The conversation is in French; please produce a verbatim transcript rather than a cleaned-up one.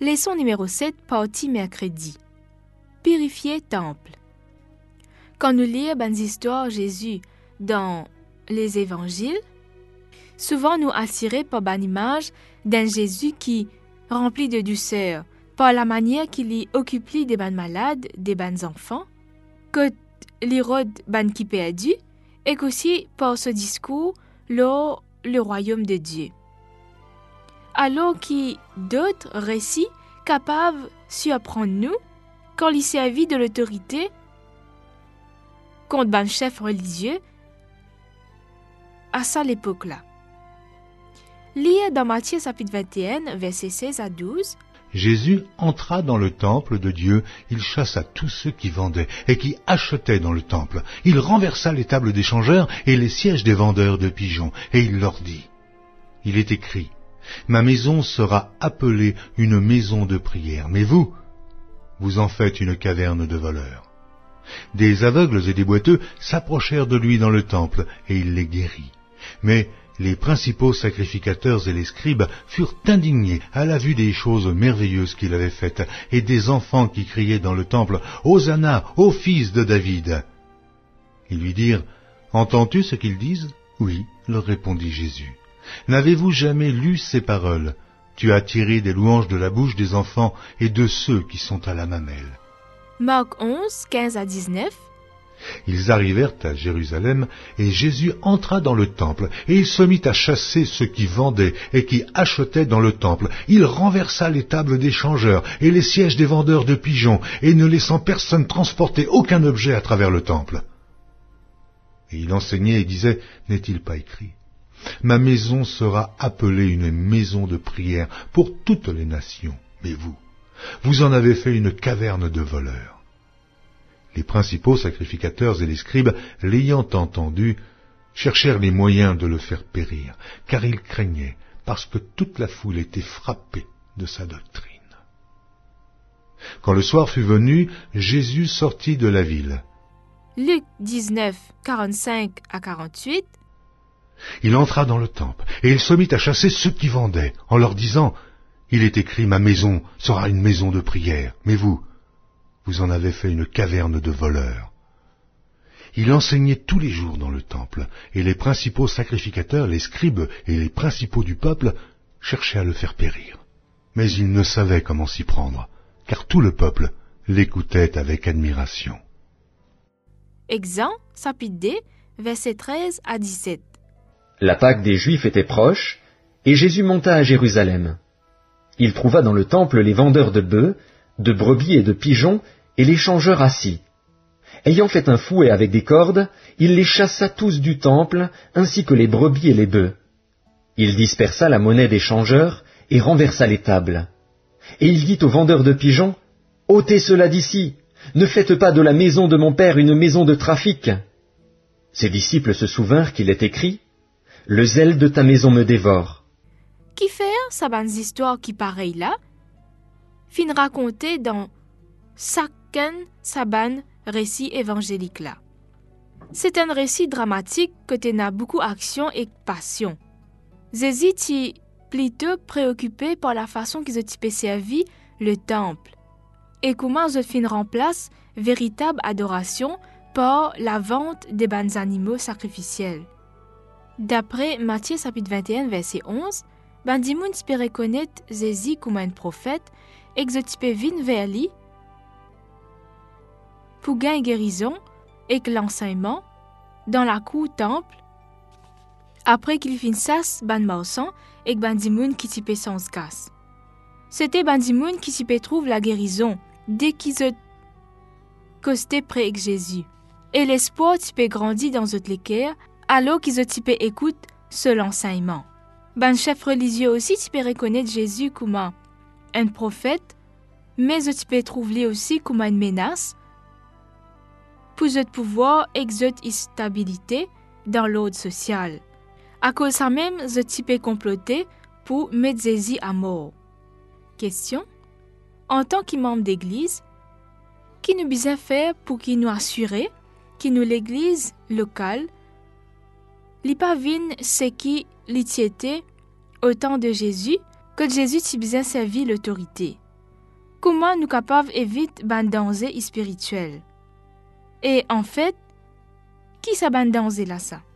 Leçon numéro sept, partie mercredi. Purifier temple. Quand nous lisons les histoires de Jésus dans les évangiles, souvent nous attirés par une image d'un Jésus qui, rempli de douceur, par la manière qu'il y occupe des bonnes malades, des bonnes enfants, que l'irode ban qui perdu, et qu'aussi par ce discours, là, le royaume de Dieu. Alors qu'il d'autres récits capables de surprendre nous quand il s'agit de l'autorité contre un chef religieux à ça l'époque-là. Lire dans Matthieu chapitre vingt et un, versets seize à douze. Jésus entra dans le temple de Dieu, il chassa tous ceux qui vendaient et qui achetaient dans le temple. Il renversa les tables des changeurs et les sièges des vendeurs de pigeons, et il leur dit, « Il est écrit, ma maison sera appelée une maison de prière, mais vous, vous en faites une caverne de voleurs. » Des aveugles et des boiteux s'approchèrent de lui dans le temple, et il les guérit. Mais les principaux sacrificateurs et les scribes furent indignés à la vue des choses merveilleuses qu'il avait faites, et des enfants qui criaient dans le temple, « Hosanna, ô fils de David !» Ils lui dirent, « Entends-tu ce qu'ils disent ?» « Oui, leur répondit Jésus. « N'avez-vous jamais lu ces paroles ? Tu as tiré des louanges de la bouche des enfants et de ceux qui sont à la mamelle. » Marc onze, quinze à dix-neuf. Ils arrivèrent à Jérusalem, et Jésus entra dans le temple, et il se mit à chasser ceux qui vendaient et qui achetaient dans le temple. Il renversa les tables des changeurs et les sièges des vendeurs de pigeons, et ne laissant personne transporter aucun objet à travers le temple. Et il enseignait et disait, « N'est-il pas écrit ? Ma maison sera appelée une maison de prière pour toutes les nations, mais vous, vous en avez fait une caverne de voleurs. » Les principaux sacrificateurs et les scribes, l'ayant entendu, cherchèrent les moyens de le faire périr, car ils craignaient, parce que toute la foule était frappée de sa doctrine. Quand le soir fut venu, Jésus sortit de la ville. Luc dix-neuf, quarante-cinq à quarante-huit. Il entra dans le temple, et il se mit à chasser ceux qui vendaient, en leur disant, « Il est écrit, ma maison sera une maison de prière, mais vous, vous en avez fait une caverne de voleurs. » Il enseignait tous les jours dans le temple, et les principaux sacrificateurs, les scribes et les principaux du peuple cherchaient à le faire périr. Mais ils ne savaient comment s'y prendre, car tout le peuple l'écoutait avec admiration. Exemple, chapitre deux, versets treize à dix-sept. La Pâque des Juifs était proche, et Jésus monta à Jérusalem. Il trouva dans le temple les vendeurs de bœufs, de brebis et de pigeons, et les changeurs assis. Ayant fait un fouet avec des cordes, il les chassa tous du temple, ainsi que les brebis et les bœufs. Il dispersa la monnaie des changeurs, et renversa les tables. Et il dit aux vendeurs de pigeons, « Ôtez cela d'ici, ne faites pas de la maison de mon Père une maison de trafic. » Ses disciples se souvinrent qu'il est écrit, « Le zèle de ta maison me dévore. » Qui fait ça bonnes histoires qui pareil là, fin raconter dans chacun saban récit évangélique là. C'est un récit dramatique que t'en beaucoup action et passion. Jésus est plutôt préoccupé par la façon qu'ils ont typé servi le temple et comment ils fin remplace véritable adoration par la vente des bons animaux sacrificiels. D'après Matthieu chapitre vingt et un verset onze, Bandimoun peut reconnaître Jésus comme un prophète et que tu vin vers lui pour gagner guérison et que l'enseignement dans la cour temple après qu'il fin sas ban marsan et que Bandimoun qui type sans casse. C'était Bandimoun qui type trouve la guérison dès qu'ils ont costé près de Jésus. Et l'espoir type grandit dans notre l'équerre alors qu'ils ont type écoute seul enseignement. Ben chef religieux aussi type reconnaître Jésus comme un, un prophète, mais ils type trouve lui aussi comme une menace pour notre pouvoir exercer stabilité dans l'ordre social. À cause ça même, ils type comploté pour mettre Jésus à mort. Question: en tant que membre d'église, qui nous besoin faire pour qu'il nous assure que nous l'église locale li pas vin c'est qui l'itiété au temps de Jésus que Jésus t'y bien servi l'autorité. comment nous capables éviter ban danger spirituel. Et en fait, qui ça ban danger là ça?